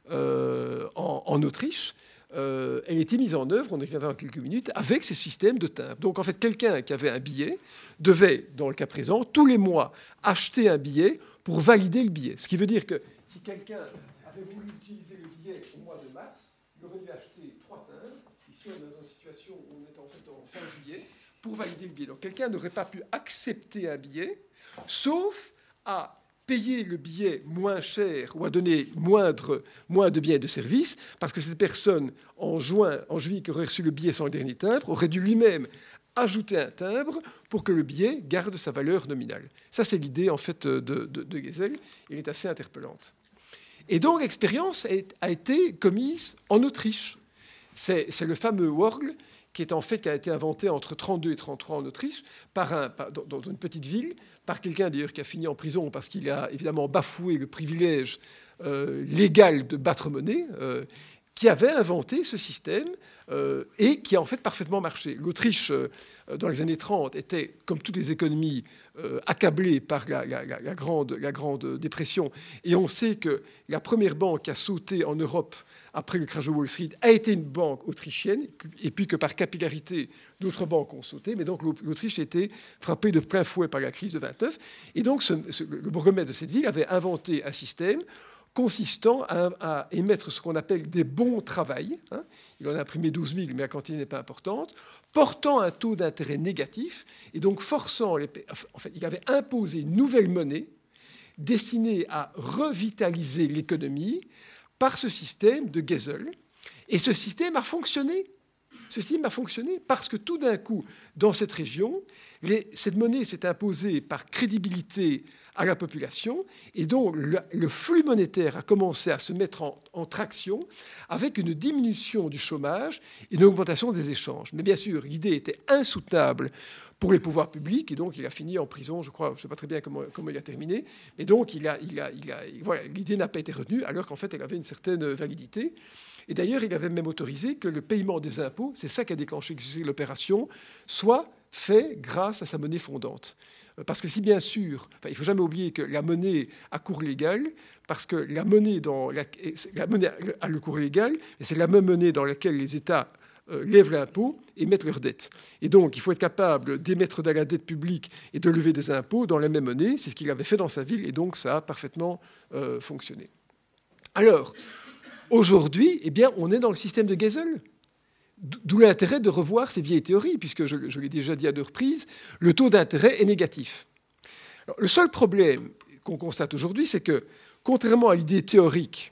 en Autriche. Elle a été mise en œuvre, on y reviendra dans quelques minutes, avec ces systèmes de timbres. Donc, en fait, quelqu'un qui avait un billet devait, dans le cas présent, tous les mois, acheter un billet pour valider le billet. Ce qui veut dire que si quelqu'un avait voulu utiliser le billet au mois de mars, il aurait dû acheter 3 timbres. Ici, on est dans une situation où on est en fait en fin juillet, pour valider le billet. Donc, quelqu'un n'aurait pas pu accepter un billet, sauf à payer le billet moins cher ou à donner moins de biens et de services, parce que cette personne, en juillet, qui aurait reçu le billet sans le dernier timbre, aurait dû lui-même ajouter un timbre pour que le billet garde sa valeur nominale. Ça, c'est l'idée, en fait, de Gesell. Elle est assez interpellante. Et donc, l'expérience a été commise en Autriche. C'est le fameux Wörgl, qui a été inventé entre 1932 et 1933 en Autriche, dans une petite ville, par quelqu'un d'ailleurs qui a fini en prison parce qu'il a évidemment bafoué le privilège légal de battre monnaie, qui avait inventé ce système et qui a en fait parfaitement marché. L'Autriche, dans les années 30, était, comme toutes les économies, accablée par la grande dépression. Et on sait que la première banque qui a sauté en Europe après le crash de Wall Street a été une banque autrichienne, et puis que par capillarité, d'autres banques ont sauté. Mais donc l'Autriche a été frappée de plein fouet par la crise de 29. Et donc le bourgmestre de cette ville avait inventé un système consistant à émettre ce qu'on appelle des bons travail. Il en a imprimé 12 000, mais la quantité n'est pas importante, portant un taux d'intérêt négatif, et donc forçant en fait, il avait imposé une nouvelle monnaie destinée à revitaliser l'économie par ce système de Gesell. Et ce système a fonctionné. Ce système a fonctionné parce que tout d'un coup, dans cette région, cette monnaie s'est imposée par crédibilité à la population, et donc le flux monétaire a commencé à se mettre en traction avec une diminution du chômage et une augmentation des échanges. Mais bien sûr, l'idée était insoutenable pour les pouvoirs publics, et donc il a fini en prison, je crois, je ne sais pas très bien comment il a terminé, mais donc voilà, l'idée n'a pas été retenue, alors qu'en fait elle avait une certaine validité. Et d'ailleurs, il avait même autorisé que le paiement des impôts, c'est ça qui a déclenché l'opération, soit fait grâce à sa monnaie fondante. Parce que si bien sûr, il ne faut jamais oublier que la monnaie a cours légal, parce que la monnaie a le cours légal, et c'est la même monnaie dans laquelle les États lèvent l'impôt et mettent leur dette. Et donc, il faut être capable d'émettre de la dette publique et de lever des impôts dans la même monnaie. C'est ce qu'il avait fait dans sa ville, et donc ça a parfaitement fonctionné. Alors, aujourd'hui, eh bien, on est dans le système de Gesell. D'où l'intérêt de revoir ces vieilles théories, puisque je l'ai déjà dit à 2 reprises, le taux d'intérêt est négatif. Alors, le seul problème qu'on constate aujourd'hui, c'est que, contrairement à l'idée théorique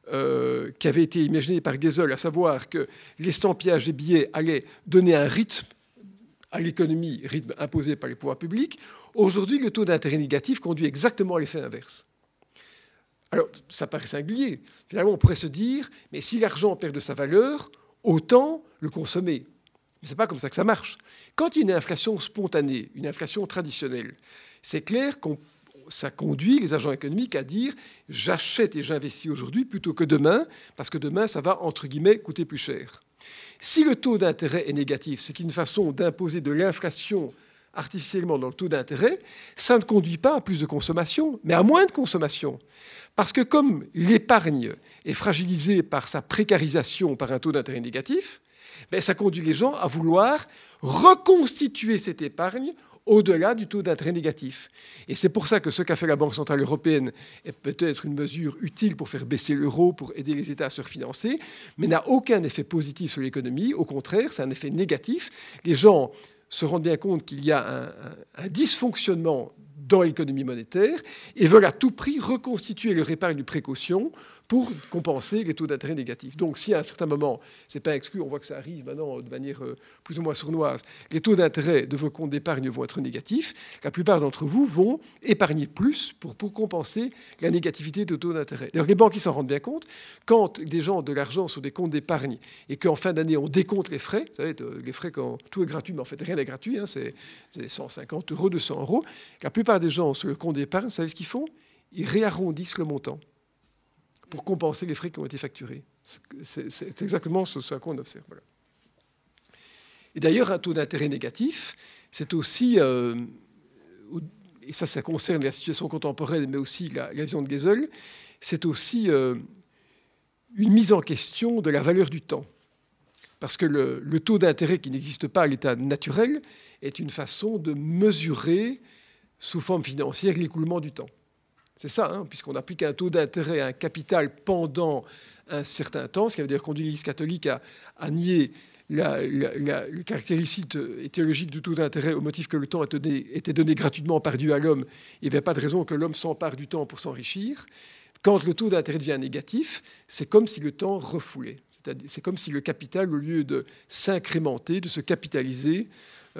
qui avait été imaginée par Gesell, à savoir que l'estampillage des billets allait donner un rythme à l'économie, rythme imposé par les pouvoirs publics, aujourd'hui, le taux d'intérêt négatif conduit exactement à l'effet inverse. Alors, ça paraît singulier. Finalement, on pourrait se dire, mais si l'argent perd de sa valeur, autant le consommer. Mais ce n'est pas comme ça que ça marche. Quand il y a une inflation spontanée, une inflation traditionnelle, c'est clair que ça conduit les agents économiques à dire « j'achète et j'investis aujourd'hui plutôt que demain, parce que demain, ça va, entre guillemets, coûter plus cher ». Si le taux d'intérêt est négatif, ce qui est une façon d'imposer de l'inflation artificiellement dans le taux d'intérêt, ça ne conduit pas à plus de consommation, mais à moins de consommation. Parce que comme l'épargne est fragilisée par sa précarisation par un taux d'intérêt négatif, ça conduit les gens à vouloir reconstituer cette épargne au-delà du taux d'intérêt négatif. Et c'est pour ça que ce qu'a fait la Banque centrale européenne est peut-être une mesure utile pour faire baisser l'euro, pour aider les États à se refinancer, mais n'a aucun effet positif sur l'économie. Au contraire, c'est un effet négatif. Les gens se rendent bien compte qu'il y a un dysfonctionnement dans l'économie monétaire et veulent à tout prix reconstituer leur épargne de précaution pour compenser les taux d'intérêt négatifs. Donc, si à un certain moment, ce n'est pas exclu, on voit que ça arrive maintenant de manière plus ou moins sournoise, les taux d'intérêt de vos comptes d'épargne vont être négatifs, la plupart d'entre vous vont épargner plus pour compenser la négativité de taux d'intérêt. D'ailleurs, les banques s'en rendent bien compte. Quand des gens ont de l'argent sur des comptes d'épargne et qu'en fin d'année, on décompte les frais, vous savez, les frais quand tout est gratuit, mais en fait, rien n'est gratuit, c'est 150 €, 200 €, la plupart des gens sur le compte d'épargne, vous savez ce qu'ils font ? Ils réarrondissent le montant pour compenser les frais qui ont été facturés. C'est exactement ce à quoi on observe. Voilà. Et d'ailleurs, un taux d'intérêt négatif, c'est aussi, et ça concerne la situation contemporaine, mais aussi la vision de Gesell, c'est aussi une mise en question de la valeur du temps. Parce que le taux d'intérêt qui n'existe pas à l'état naturel est une façon de mesurer sous forme financière l'écoulement du temps. C'est ça, puisqu'on applique un taux d'intérêt à un capital pendant un certain temps, ce qui veut dire conduire l'Église catholique à nier le caractéristique éthiologique du taux d'intérêt au motif que le temps était donné gratuitement par Dieu à l'homme. Il n'y avait pas de raison que l'homme s'empare du temps pour s'enrichir. Quand le taux d'intérêt devient négatif, c'est comme si le temps refoulait. C'est comme si le capital, au lieu de s'incrémenter, de se capitaliser,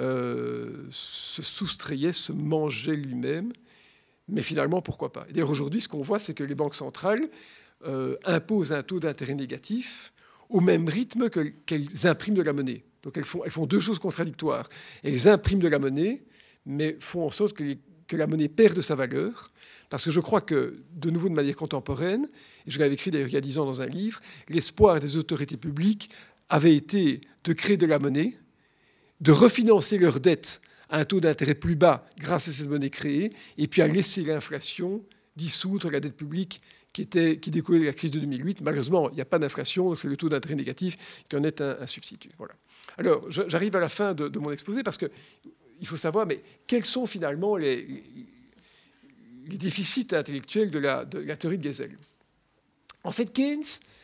se soustrayait, se mangeait lui-même. Mais finalement, pourquoi pas ? Et d'ailleurs, aujourd'hui, ce qu'on voit, c'est que les banques centrales imposent un taux d'intérêt négatif au même rythme qu'elles impriment de la monnaie. Donc elles font 2 choses contradictoires. Elles impriment de la monnaie, mais font en sorte que la monnaie perde de sa valeur. Parce que je crois que, de nouveau de manière contemporaine, et je l'avais écrit d'ailleurs il y a 10 ans dans un livre, l'espoir des autorités publiques avait été de créer de la monnaie, de refinancer leurs dettes à un taux d'intérêt plus bas grâce à cette monnaie créée, et puis à laisser l'inflation dissoudre la dette publique qui découlait de la crise de 2008. Malheureusement, il n'y a pas d'inflation, donc c'est le taux d'intérêt négatif qui en est un substitut. Voilà. Alors, j'arrive à la fin de mon exposé parce qu'il faut savoir, mais quels sont finalement les déficits intellectuels de la théorie de Gesell. En fait, Keynes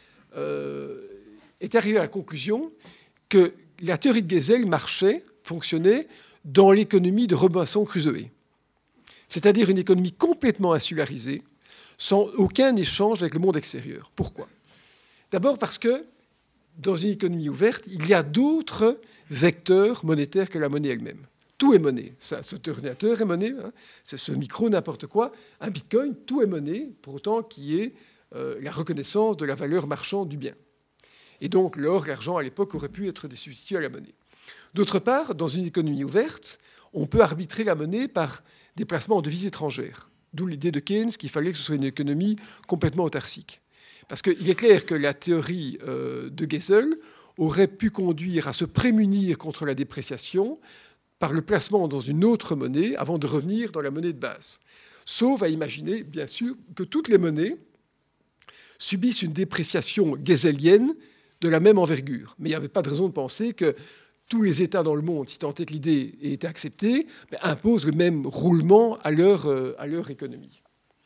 est arrivé à la conclusion que la théorie de Gesell fonctionnait dans l'économie de Robinson Crusoe, c'est-à-dire une économie complètement insularisée, sans aucun échange avec le monde extérieur. Pourquoi ? D'abord parce que dans une économie ouverte, il y a d'autres vecteurs monétaires que la monnaie elle-même. Tout est monnaie. Cet ordinateur est monnaie, hein. C'est ce micro, n'importe quoi. Un bitcoin, tout est monnaie, pour autant qu'il y ait la reconnaissance de la valeur marchande du bien. Et donc, l'or, l'argent, à l'époque, aurait pu être des substituts à la monnaie. D'autre part, dans une économie ouverte, on peut arbitrer la monnaie par des placements en devises étrangères. D'où l'idée de Keynes qu'il fallait que ce soit une économie complètement autarcique. Parce qu'il est clair que la théorie de Gesell aurait pu conduire à se prémunir contre la dépréciation par le placement dans une autre monnaie avant de revenir dans la monnaie de base. Sauf à imaginer, bien sûr, que toutes les monnaies subissent une dépréciation gesellienne de la même envergure. Mais il n'y avait pas de raison de penser que tous les États dans le monde, si tant est que l'idée ait été acceptée, imposent le même roulement à leur économie.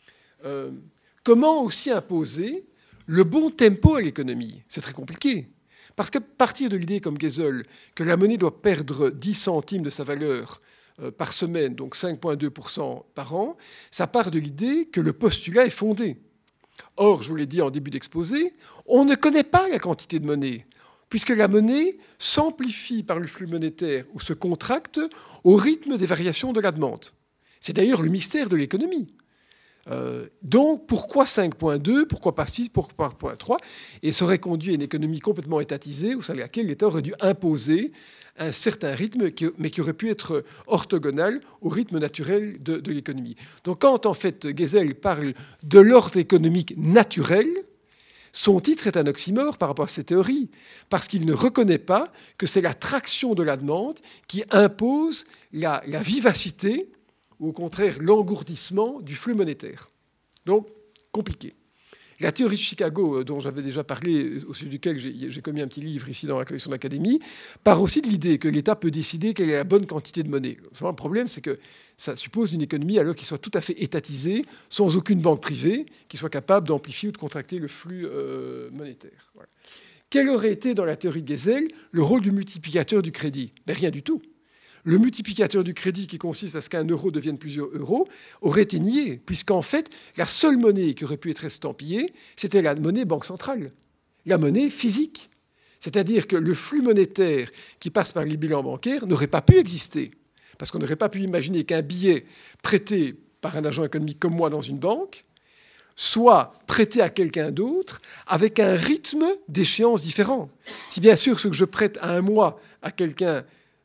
Comment aussi imposer le bon tempo à l'économie? C'est très compliqué. Parce que partir de l'idée, comme Gesell, que la monnaie doit perdre 10 centimes de sa valeur par semaine, donc 5,2% par an, ça part de l'idée que le postulat est fondé. Or, je vous l'ai dit en début d'exposé, on ne connaît pas la quantité de monnaie, puisque la monnaie s'amplifie par le flux monétaire ou se contracte au rythme des variations de la demande. C'est d'ailleurs le mystère de l'économie. Donc, pourquoi 5,2, pourquoi pas 6, pourquoi pas 3? Et ça aurait conduit à une économie complètement étatisée, au sein de laquelle l'État aurait dû imposer un certain rythme, mais qui aurait pu être orthogonal au rythme naturel de l'économie. Donc, quand en fait Gesell parle de l'ordre économique naturel, son titre est un oxymore par rapport à ces théories, parce qu'il ne reconnaît pas que c'est la traction de la demande qui impose la vivacité, ou au contraire l'engourdissement du flux monétaire. Donc, compliqué. La théorie de Chicago, dont j'avais déjà parlé, au sujet duquel j'ai commis un petit livre ici dans la collection d'Académie, part aussi de l'idée que l'État peut décider quelle est la bonne quantité de monnaie. Le problème, c'est que ça suppose une économie alors qui soit tout à fait étatisée, sans aucune banque privée, qui soit capable d'amplifier ou de contracter le flux monétaire. Voilà. Quel aurait été, dans la théorie de Gesell, le rôle du multiplicateur du crédit? Rien du tout. Le multiplicateur du crédit, qui consiste à ce qu'un euro devienne plusieurs euros, aurait été nié, puisqu'en fait, la seule monnaie qui aurait pu être estampillée, c'était la monnaie banque centrale, la monnaie physique. C'est-à-dire que le flux monétaire qui passe par les bilans bancaires n'aurait pas pu exister, parce qu'on n'aurait pas pu imaginer qu'un billet prêté par un agent économique comme moi dans une banque soit prêté à quelqu'un d'autre avec un rythme d'échéance différent. Si bien sûr ce que je prête à un mois à quelqu'un,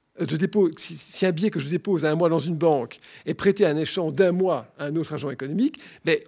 si un billet que je dépose à un mois dans une banque est prêté à un échange d'un mois à un autre agent économique, le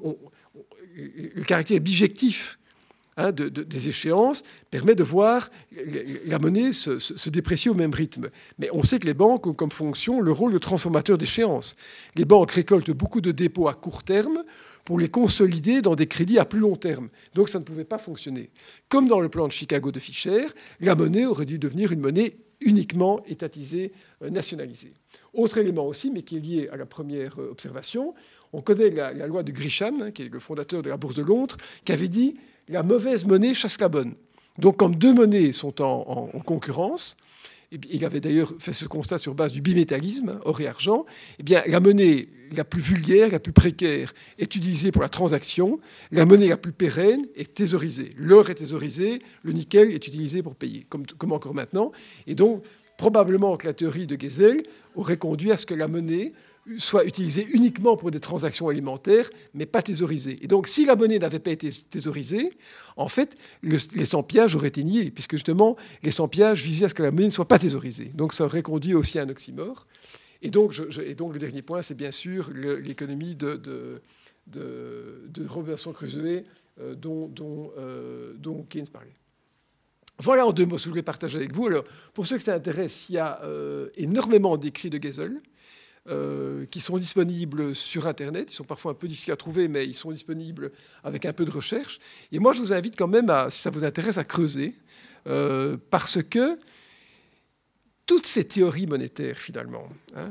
caractère bijectif des échéances permet de voir la monnaie se déprécier au même rythme. Mais on sait que les banques ont comme fonction le rôle de transformateur d'échéances. Les banques récoltent beaucoup de dépôts à court terme pour les consolider dans des crédits à plus long terme. Donc ça ne pouvait pas fonctionner. Comme dans le plan de Chicago de Fisher, la monnaie aurait dû devenir une monnaie uniquement étatisée, nationalisée. Autre élément aussi, mais qui est lié à la première observation, on connaît la loi de Grisham, qui est le fondateur de la Bourse de Londres, qui avait dit « la mauvaise monnaie chasse la bonne ». Donc, comme deux monnaies sont en concurrence, et il avait d'ailleurs fait ce constat sur base du bimétallisme, or et argent, eh bien, la monnaie la plus vulgaire, la plus précaire, est utilisée pour la transaction, la monnaie la plus pérenne est thésaurisée. L'or est thésaurisé, le nickel est utilisé pour payer, comme encore maintenant. Et donc, probablement que la théorie de Gesell aurait conduit à ce que la monnaie soit utilisée uniquement pour des transactions alimentaires, mais pas thésaurisée. Et donc, si la monnaie n'avait pas été thésaurisée, en fait, l'estampillage aurait été nié, puisque justement, l'estampillage visait à ce que la monnaie ne soit pas thésaurisée. Donc, ça aurait conduit aussi à un oxymore. Et donc, le dernier point, c'est bien sûr l'économie de Robinson Crusoe dont Keynes parlait. Voilà en deux mots ce que je voulais partager avec vous. Alors, pour ceux que ça intéresse, il y a énormément d'écrits de Gesell qui sont disponibles sur Internet. Ils sont parfois un peu difficiles à trouver, mais ils sont disponibles avec un peu de recherche. Et moi, je vous invite quand même, si ça vous intéresse, à creuser, parce que toutes ces théories monétaires, finalement,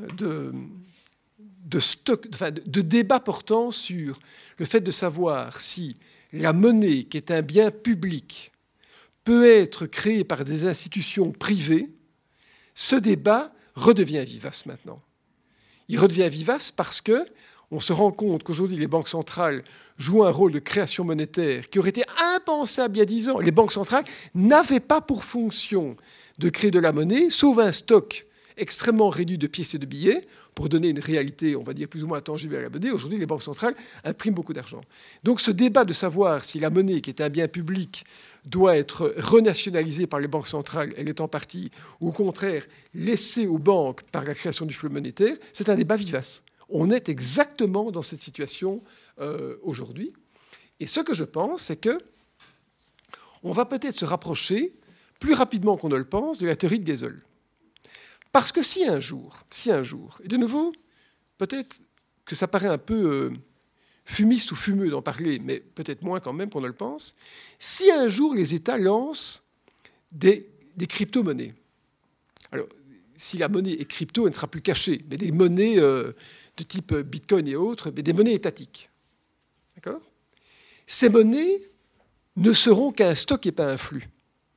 de débats portant sur le fait de savoir si la monnaie, qui est un bien public, peut être créée par des institutions privées, ce débat redevient vivace maintenant. Il redevient vivace parce que on se rend compte qu'aujourd'hui, les banques centrales jouent un rôle de création monétaire qui aurait été impensable il y a 10 ans. Les banques centrales n'avaient pas pour fonction de créer de la monnaie, sauf un stock extrêmement réduit de pièces et de billets, pour donner une réalité, on va dire, plus ou moins tangible à la monnaie. Aujourd'hui, les banques centrales impriment beaucoup d'argent. Donc ce débat de savoir si la monnaie, qui est un bien public, doit être renationalisée par les banques centrales, elle est en partie, ou au contraire, laissée aux banques par la création du flux monétaire, c'est un débat vivace. On est exactement dans cette situation aujourd'hui. Et ce que je pense, c'est que on va peut-être se rapprocher plus rapidement qu'on ne le pense de la théorie de Gesell. Parce que si un jour, et de nouveau, peut-être que ça paraît un peu fumiste ou fumeux d'en parler, mais peut-être moins quand même qu'on ne le pense, si un jour les États lancent des crypto-monnaies, alors si la monnaie est crypto, elle ne sera plus cachée, mais des monnaies de type Bitcoin et autres, mais des monnaies étatiques. D'accord ? Ces monnaies ne seront qu'un stock et pas un flux.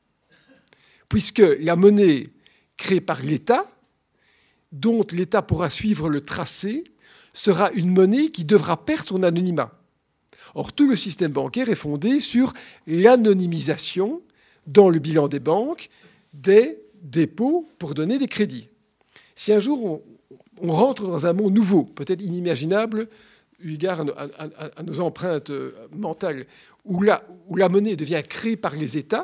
Puisque la monnaie créée par l'État, dont l'État pourra suivre le tracé, sera une monnaie qui devra perdre son anonymat. Or, tout le système bancaire est fondé sur l'anonymisation dans le bilan des banques des dépôts pour donner des crédits. Si un jour on rentre dans un monde nouveau, peut-être inimaginable, eu égard à nos empreintes mentales, où la monnaie devient créée par les États,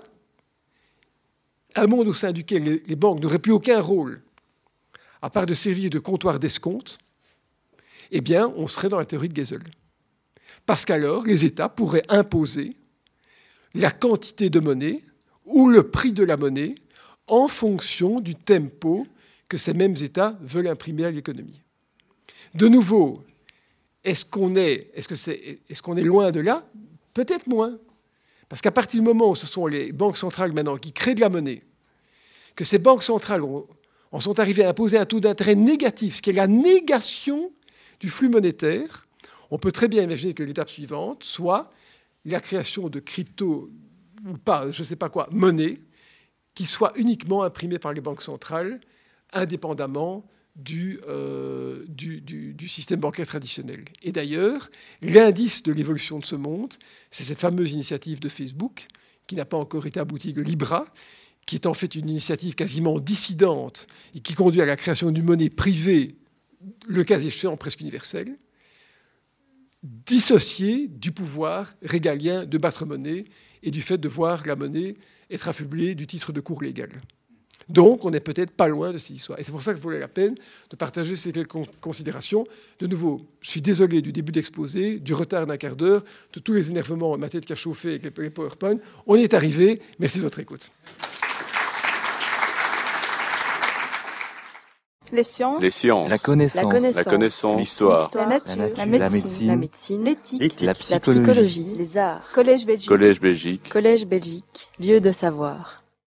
un monde au sein duquel les banques n'auraient plus aucun rôle, à part de servir de comptoir d'escompte, eh bien, on serait dans la théorie de Gesell. Parce qu'alors, les États pourraient imposer la quantité de monnaie ou le prix de la monnaie en fonction du tempo que ces mêmes États veulent imprimer à l'économie. De nouveau, est-ce qu'on est loin de là ? Peut-être moins. Parce qu'à partir du moment où ce sont les banques centrales maintenant qui créent de la monnaie, que ces banques centrales en sont arrivées à imposer un taux d'intérêt négatif, ce qui est la négation du flux monétaire, on peut très bien imaginer que l'étape suivante soit la création de crypto, ou pas, je ne sais pas quoi, monnaie, qui soit uniquement imprimée par les banques centrales, indépendamment du système bancaire traditionnel. Et d'ailleurs, l'indice de l'évolution de ce monde, c'est cette fameuse initiative de Facebook, qui n'a pas encore été aboutie, de Libra, qui est en fait une initiative quasiment dissidente et qui conduit à la création d'une monnaie privée, le cas échéant presque universelle, dissociée du pouvoir régalien de battre monnaie et du fait de voir la monnaie être affublée du titre de cours légal. Donc, on n'est peut-être pas loin de cette histoire. Et c'est pour ça qu'il valait la peine de partager ces quelques considérations. De nouveau, je suis désolé du début d'exposé, du retard d'un quart d'heure, de tous les énervements, ma tête qui a chauffé avec les PowerPoint. On y est arrivé. Merci de votre écoute. Les sciences, la connaissance, l'histoire, la nature, la médecine, l'éthique, la psychologie, les arts. Collège Belgique. Collège Belgique. Lieu de savoir.